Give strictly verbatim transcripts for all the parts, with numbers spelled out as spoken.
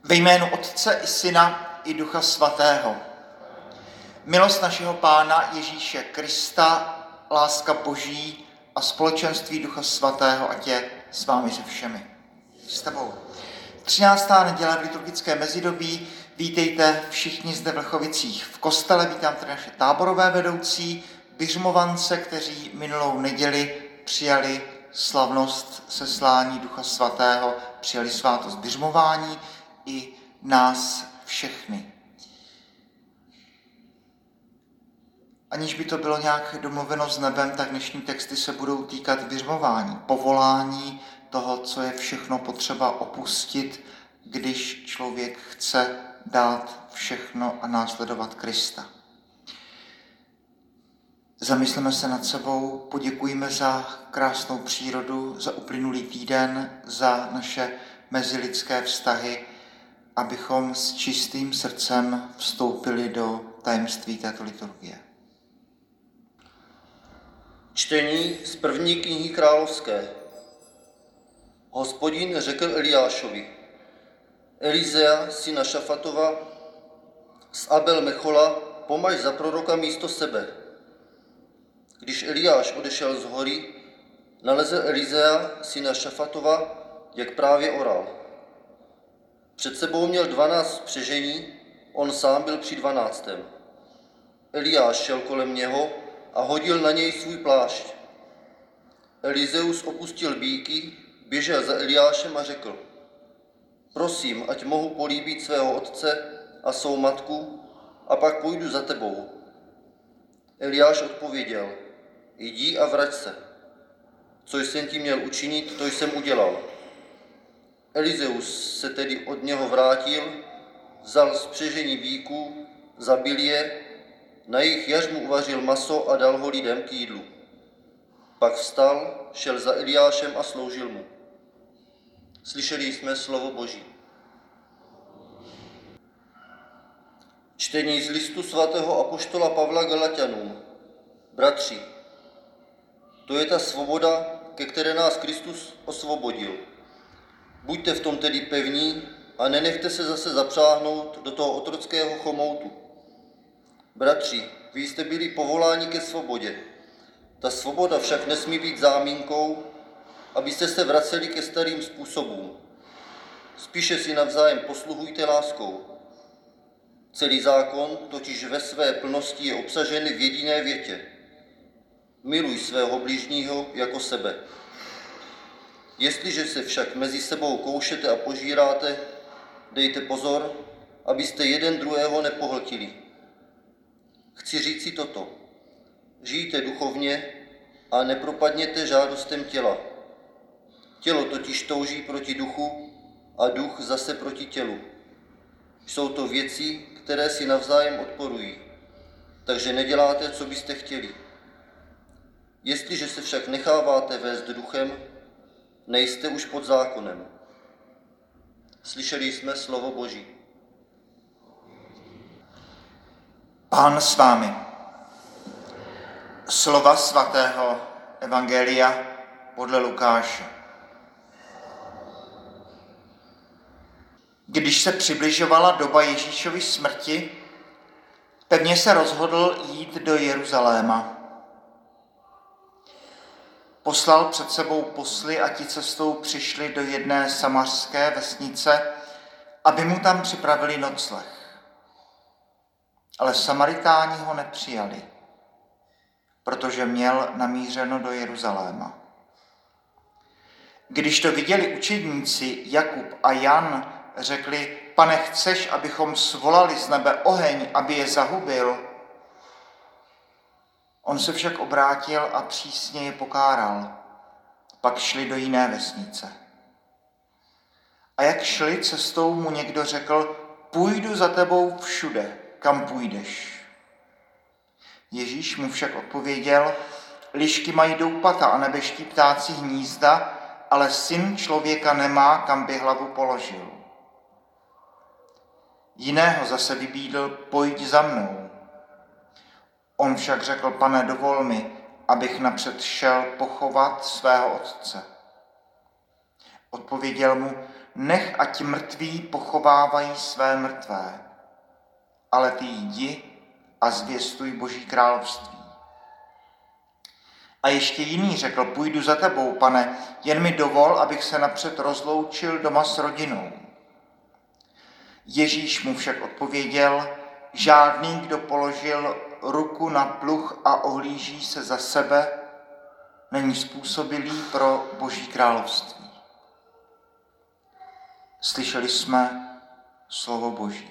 Ve jménu Otce i Syna i Ducha Svatého. Milost našeho Pána Ježíše Krista, láska Boží a společenství Ducha Svatého, ať je s vámi se všemi. S tebou. třináctá neděle v liturgické mezidobí. Vítejte všichni zde v Lchovicích v kostele. Vítám tady naše táborové vedoucí, biřmovance, kteří minulou neděli přijali slavnost seslání Ducha Svatého, přijali svátost biřmování, i nás všechny. Aniž by to bylo nějak domluveno s nebem, tak dnešní texty se budou týkat biřmování, povolání toho, co je všechno potřeba opustit, když člověk chce dát všechno a následovat Krista. Zamysleme se nad sebou, poděkujme za krásnou přírodu, za uplynulý týden, za naše mezilidské vztahy, abychom s čistým srdcem vstoupili do tajemství této liturgie. Čtení z první knihy královské. Hospodin řekl Eliášovi: Elizea, syna Šafatova, z Abel Mechola, pomaž za proroka místo sebe. Když Eliáš odešel z hory, nalezl Elizea, syna Šafatova, jak právě oral. Před sebou měl dvanáct spřežení, on sám byl při dvanáctém. Eliáš šel kolem něho a hodil na něj svůj plášť. Elizeus opustil býky, běžel za Eliášem a řekl: Prosím, ať mohu políbit svého otce a svou matku, a pak půjdu za tebou. Eliáš odpověděl: Jdi a vrať se. Co jsem ti měl učinit, to jsem udělal. Elizeus se tedy od něho vrátil, vzal spřežení býků, zabil je, na jejich jařmu uvařil maso a dal ho lidem k jídlu. Pak vstal, šel za Eliášem a sloužil mu. Slyšeli jsme slovo Boží. Čtení z listu svatého apoštola Pavla Galatianům. Bratři, to je ta svoboda, ke které nás Kristus osvobodil. Buďte v tom tedy pevní a nenechte se zase zapřáhnout do toho otrockého chomoutu. Bratři, vy jste byli povoláni ke svobodě. Ta svoboda však nesmí být záminkou, abyste se vraceli ke starým způsobům. Spíše si navzájem posluhujte láskou. Celý zákon totiž ve své plnosti je obsažen v jediné větě. Miluj svého bližního jako sebe. Jestliže se však mezi sebou koušete a požíráte, dejte pozor, abyste jeden druhého nepohltili. Chci říci toto. Žijte duchovně a nepropadněte žádostem těla. Tělo totiž touží proti duchu a duch zase proti tělu. Jsou to věci, které si navzájem odporují, takže neděláte, co byste chtěli. Jestliže se však necháváte vést duchem, nejste už pod zákonem. Slyšeli jsme slovo Boží. Pán s vámi. Slova svatého evangelia podle Lukáše. Když se přibližovala doba Ježíšovy smrti, pevně se rozhodl jít do Jeruzaléma. Poslal před sebou posly a ti cestou přišli do jedné samařské vesnice, aby mu tam připravili nocleh. Ale Samaritáni ho nepřijali, protože měl namířeno do Jeruzaléma. Když to viděli učedníci Jakub a Jan, řekli: Pane, chceš, abychom svolali z nebe oheň, aby je zahubil? On se však obrátil a přísně je pokáral. Pak šli do jiné vesnice. A jak šli cestou, mu někdo řekl: Půjdu za tebou všude, kam půjdeš. Ježíš mu však odpověděl: Lišky mají doupata a nebeští ptáci hnízda, ale Syn člověka nemá, kam by hlavu položil. Jiného zase vybídl: Pojď za mnou. On však řekl: Pane, dovol mi, abych napřed šel pochovat svého otce. Odpověděl mu: nech ať mrtví pochovávají své mrtvé, ale ty jdi a zvěstuj Boží království. A ještě jiný řekl, půjdu za tebou, pane, jen mi dovol, abych se napřed rozloučil doma s rodinou. Ježíš mu však odpověděl, žádný, kdo položil ruku na pluh a ohlíží se za sebe, není způsobilý pro Boží království. Slyšeli jsme slovo Boží.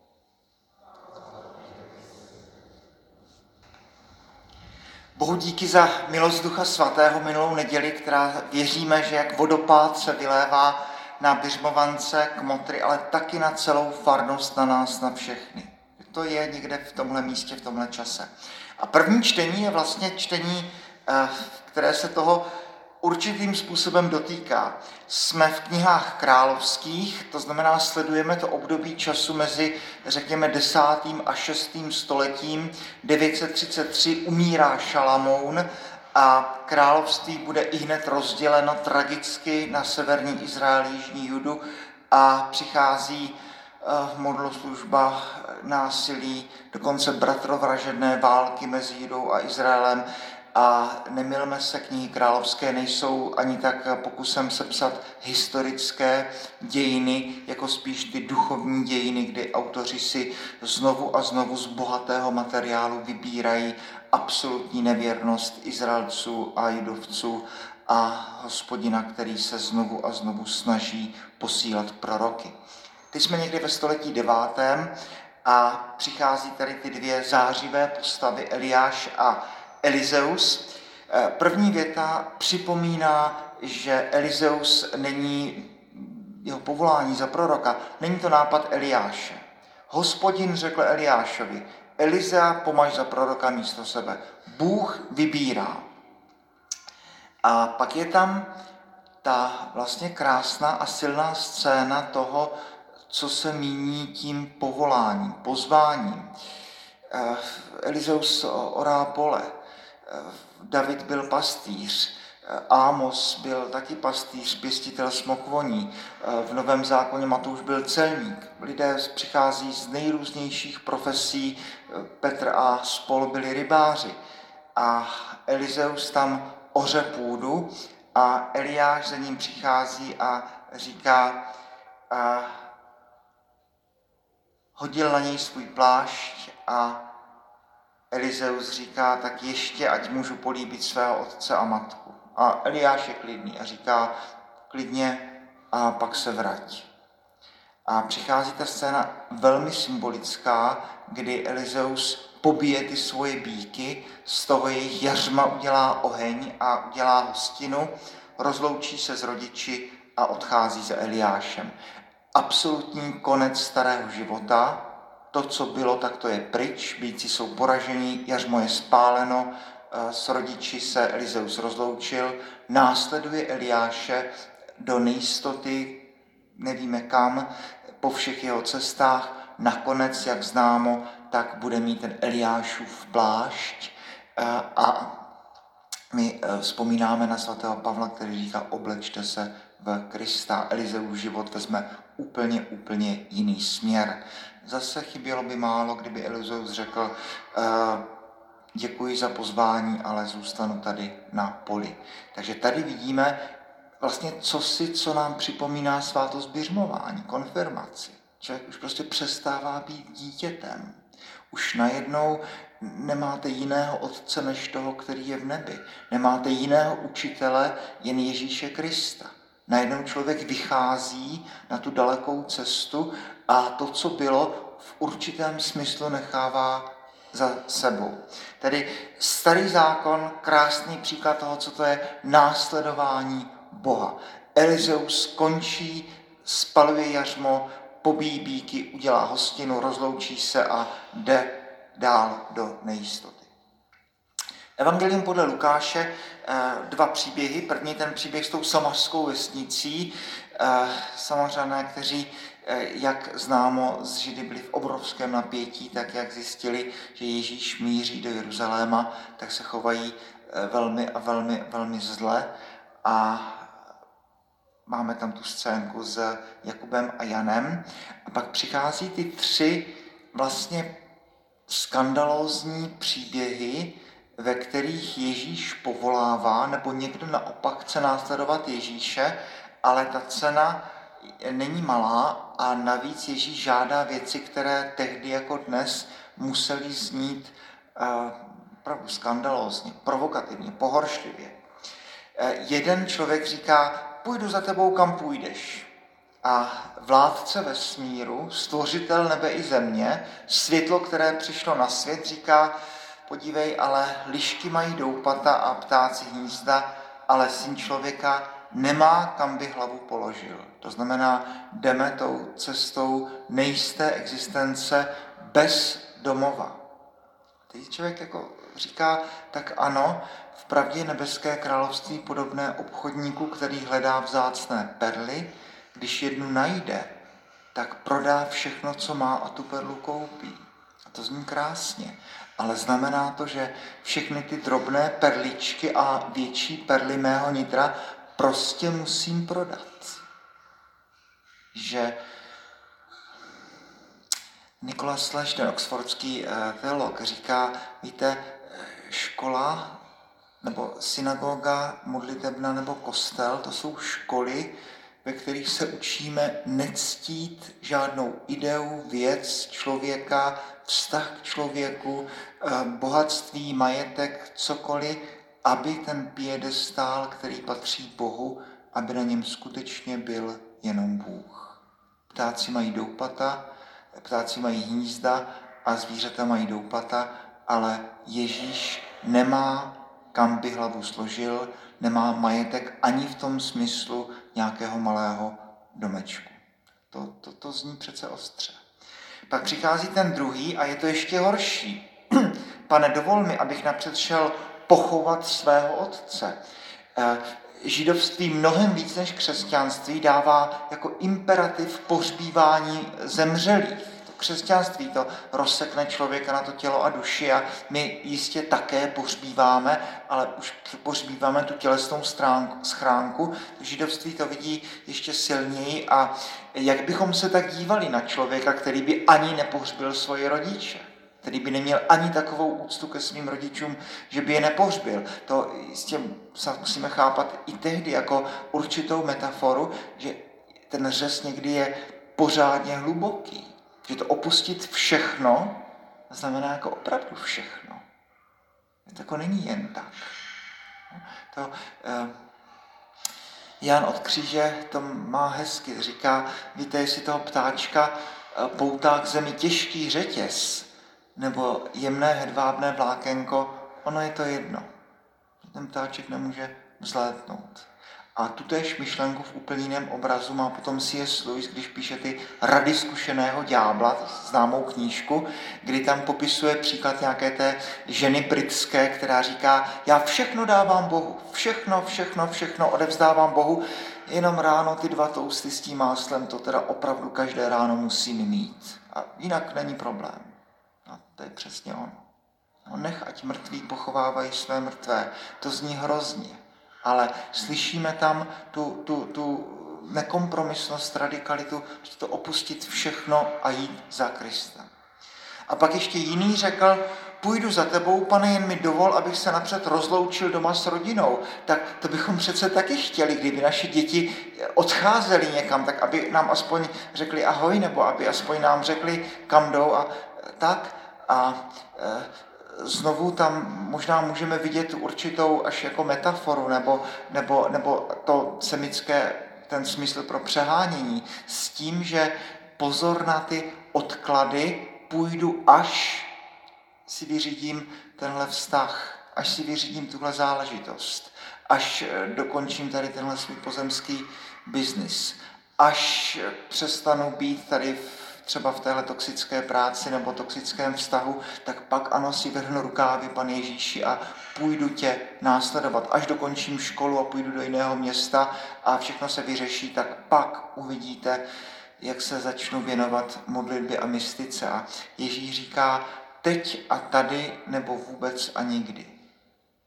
Bohu díky za milost Ducha Svatého minulou neděli, která věříme, že jak vodopád se vylévá na Biřmovance, Kmotry, ale taky na celou farnost, na nás, na všechny. To je někde v tomhle místě, v tomhle čase. A první čtení je vlastně čtení, které se toho určitým způsobem dotýká. Jsme v knihách královských, to znamená, sledujeme to období času mezi, řekněme, desátým a šestým stoletím. devět set třicet tři umírá Šalamoun a království bude ihned rozděleno tragicky na severní Izrael, jižní Judu a přichází modloslužba, násilí, dokonce bratrovražedné války mezi Judou a Izraelem. A nemylme se, knihy královské nejsou ani tak pokusem sepsat historické dějiny, jako spíš ty duchovní dějiny, kdy autoři si znovu a znovu z bohatého materiálu vybírají absolutní nevěrnost Izraelců a Judovců a Hospodina, který se znovu a znovu snaží posílat proroky. Teď jsme někdy ve století devátém a přichází tady ty dvě zářivé postavy, Eliáš a Elizeus. První věta připomíná, že Elizeus není jeho povolání za proroka, není to nápad Eliáše. Hospodin řekl Eliášovi, Elizea pomaž za proroka místo sebe. Bůh vybírá. A pak je tam ta vlastně krásná a silná scéna toho, co se míní tím povoláním, pozváním. Elizeus orá pole, David byl pastýř, Ámos byl taky pastýř, pěstitel smokvoní, v Novém zákoně Matouš byl celník. Lidé přichází z nejrůznějších profesí, Petr a spol byli rybáři. A Elizeus tam oře půdu a Eliáš za ním přichází a říká, a hodil na něj svůj plášť a Elizeus říká, tak ještě, ať můžu políbit svého otce a matku. A Eliáš je klidný a říká, klidně a pak se vrať. A přichází ta scéna velmi symbolická, kdy Elizeus pobije ty svoje býky, z toho jejich jařma udělá oheň a udělá hostinu, rozloučí se s rodiči a odchází za Eliášem. Absolutní konec starého života, to, co bylo, tak to je pryč, býci jsou poraženi, jařmo je spáleno, s rodiči se Elizeus rozloučil, následuje Eliáše do nejistoty, nevíme kam, po všech jeho cestách, nakonec, jak známo, tak bude mít ten Eliášův plášť a my vzpomínáme na svatého Pavla, který říká, oblečte se v Krista. Elizeův život vezme úplně, úplně jiný směr. Zase chybělo by málo, kdyby Elizeus řekl, děkuji za pozvání, ale zůstanu tady na poli. Takže tady vidíme vlastně cosi, co nám připomíná svátost biřmování, konfirmaci. Člověk už prostě přestává být dítětem. Už najednou nemáte jiného otce než toho, který je v nebi. Nemáte jiného učitele, jen Ježíše Krista. Najednou člověk vychází na tu dalekou cestu a to, co bylo, v určitém smyslu nechává za sebou. Tedy starý zákon, krásný příklad toho, co to je následování Boha. Elizeus končí, spaluje jařmo, pobíjí býky, udělá hostinu, rozloučí se a jde dál do nejistoty. Evangelium podle Lukáše, dva příběhy. První ten příběh s tou samařskou vesnicí. Samařané, kteří, jak známo, z Židy byli v obrovském napětí, tak jak zjistili, že Ježíš míří do Jeruzaléma, tak se chovají velmi a velmi, velmi zle. A máme tam tu scénku s Jakubem a Janem. A pak přichází ty tři vlastně skandalózní příběhy, ve kterých Ježíš povolává, nebo někdo naopak chce následovat Ježíše, ale ta cena není malá a navíc Ježíš žádá věci, které tehdy jako dnes musely znít uh, opravdu skandalózně, provokativně, pohoršlivě. Uh, jeden člověk říká, půjdu za tebou, kam půjdeš. A vládce vesmíru, stvořitel nebe i země, světlo, které přišlo na svět, říká, podívej, ale lišky mají doupata a ptáci hnízda, ale syn člověka nemá, kam by hlavu položil. To znamená, jdeme tou cestou nejisté existence bez domova. Teď člověk jako říká, tak ano, vpravdě nebeské království podobné obchodníku, který hledá vzácné perly, když jednu najde, tak prodá všechno, co má a tu perlu koupí. A to zní krásně, ale znamená to, že všechny ty drobné perličky a větší perly mého nitra prostě musím prodat. Že Nicholas Flash, ten oxfordský teolog, říká, víte, škola nebo synagoga, modlitebna nebo kostel, to jsou školy, ve kterých se učíme nectít žádnou ideu, věc, člověka, vztah k člověku, bohatství, majetek, cokoliv, aby ten piedestál, který patří Bohu, aby na něm skutečně byl jenom Bůh. Ptáci mají doupata, ptáci mají hnízda a zvířata mají doupata, ale Ježíš nemá, kam by hlavu složil, nemá majetek ani v tom smyslu nějakého malého domečku. To, to, to zní přece ostře. Pak přichází ten druhý a je to ještě horší. Pane, dovol mi, abych napřed šel pochovat svého otce. Židovství mnohem víc než křesťanství dává jako imperativ pohřbívání zemřelých. To křesťanství to rozsekne člověka na to tělo a duši a my jistě také pohřbíváme, ale už pohřbíváme tu tělesnou schránku. Židovství to vidí ještě silněji a jak bychom se tak dívali na člověka, který by ani nepohřbil svoje rodiče, který by neměl ani takovou úctu ke svým rodičům, že by je nepohřbil. To jistě musíme chápat i tehdy jako určitou metaforu, že ten řez někdy je pořádně hluboký. Že to opustit všechno znamená jako opravdu všechno. To jako není jen tak. To, eh, Jan od Kříže to má hezky. Říká, víte, jestli toho ptáčka poutá k zemi těžký řetěz, nebo jemné hedvábné vlákénko, ono je to jedno. Ten ptáček nemůže vzlétnout. A tutéž myšlenku v úplně jiném obrazu má potom C S Lewis, když píše ty Rady zkušeného ďábla, známou knížku, kdy tam popisuje příklad nějaké té ženy britské, která říká, já všechno dávám Bohu, všechno, všechno, všechno odevzdávám Bohu, jenom ráno ty dva tousty s tím máslem, to teda opravdu každé ráno musím mít. A jinak není problém. A to je přesně ono. No, nech, ať mrtví pochovávají své mrtvé. To zní hrozně. Ale slyšíme tam tu, tu, tu nekompromisnost, radikalitu, že to opustit všechno a jít za Kristem. A pak ještě jiný řekl, půjdu za tebou, Pane, jen mi dovol, abych se napřed rozloučil doma s rodinou. Tak to bychom přece taky chtěli, kdyby naše děti odcházely někam, tak aby nám aspoň řekli ahoj, nebo aby aspoň nám řekli, kam jdou a tak. A e, znovu tam možná můžeme vidět určitou až jako metaforu, nebo, nebo, nebo to semické, ten smysl pro přehánění, s tím, že pozor na ty odklady, půjdu, až si vyřídím tenhle vztah, až si vyřídím tuhle záležitost, až dokončím tady tenhle svůj pozemský biznis, až přestanu být tady v třeba v téhle toxické práci nebo toxickém vztahu, tak pak ano, si vrhnu rukávy, Pane Ježíši, a půjdu tě následovat. Až dokončím školu a půjdu do jiného města a všechno se vyřeší, tak pak uvidíte, jak se začnu věnovat modlitbě a mystice. A Ježíš říká, teď a tady nebo vůbec a nikdy.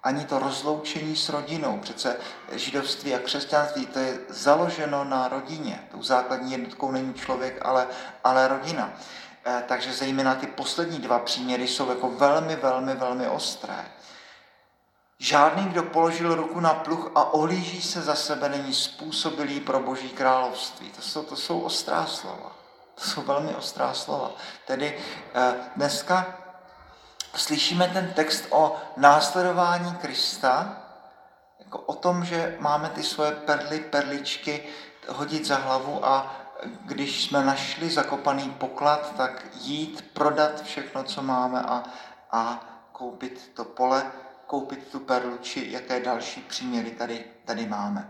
ani to rozloučení s rodinou. Přece židovství a křesťanství, to je založeno na rodině. Tou základní jednotkou není člověk, ale, ale rodina. Takže zejména ty poslední dva příměry jsou jako velmi, velmi, velmi ostré. Žádný, kdo položil ruku na pluh a ohlíží se za sebe, není způsobilý pro Boží království. To jsou, to jsou ostrá slova. To jsou velmi ostrá slova. Tedy dneska slyšíme ten text o následování Krista, jako o tom, že máme ty svoje perly, perličky hodit za hlavu a když jsme našli zakopaný poklad, tak jít, prodat všechno, co máme a, a koupit to pole, koupit tu perlu, či jaké další příměry tady, tady máme.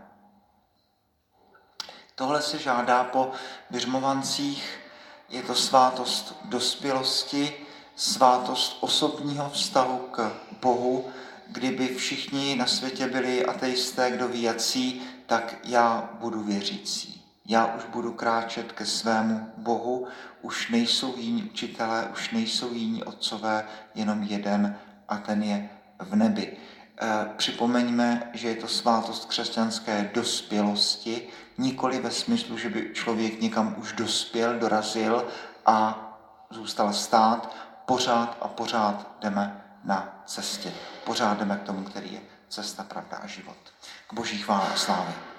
Tohle se žádá po biřmovancích, je to svátost dospělosti, svátost osobního vztahu k Bohu. Kdyby všichni na světě byli ateisté, kdo ví jací, tak já budu věřící. Já už budu kráčet ke svému Bohu, už nejsou jiní učitelé, už nejsou jiní otcové, jenom jeden a ten je v nebi. E, připomeňme, že je to svátost křesťanské dospělosti, nikoli ve smyslu, že by člověk někam už dospěl, dorazil a zůstal stát. Pořád a pořád jdeme na cestě. Pořád jdeme k tomu, který je cesta, pravda a život. K Boží chvále a slávě.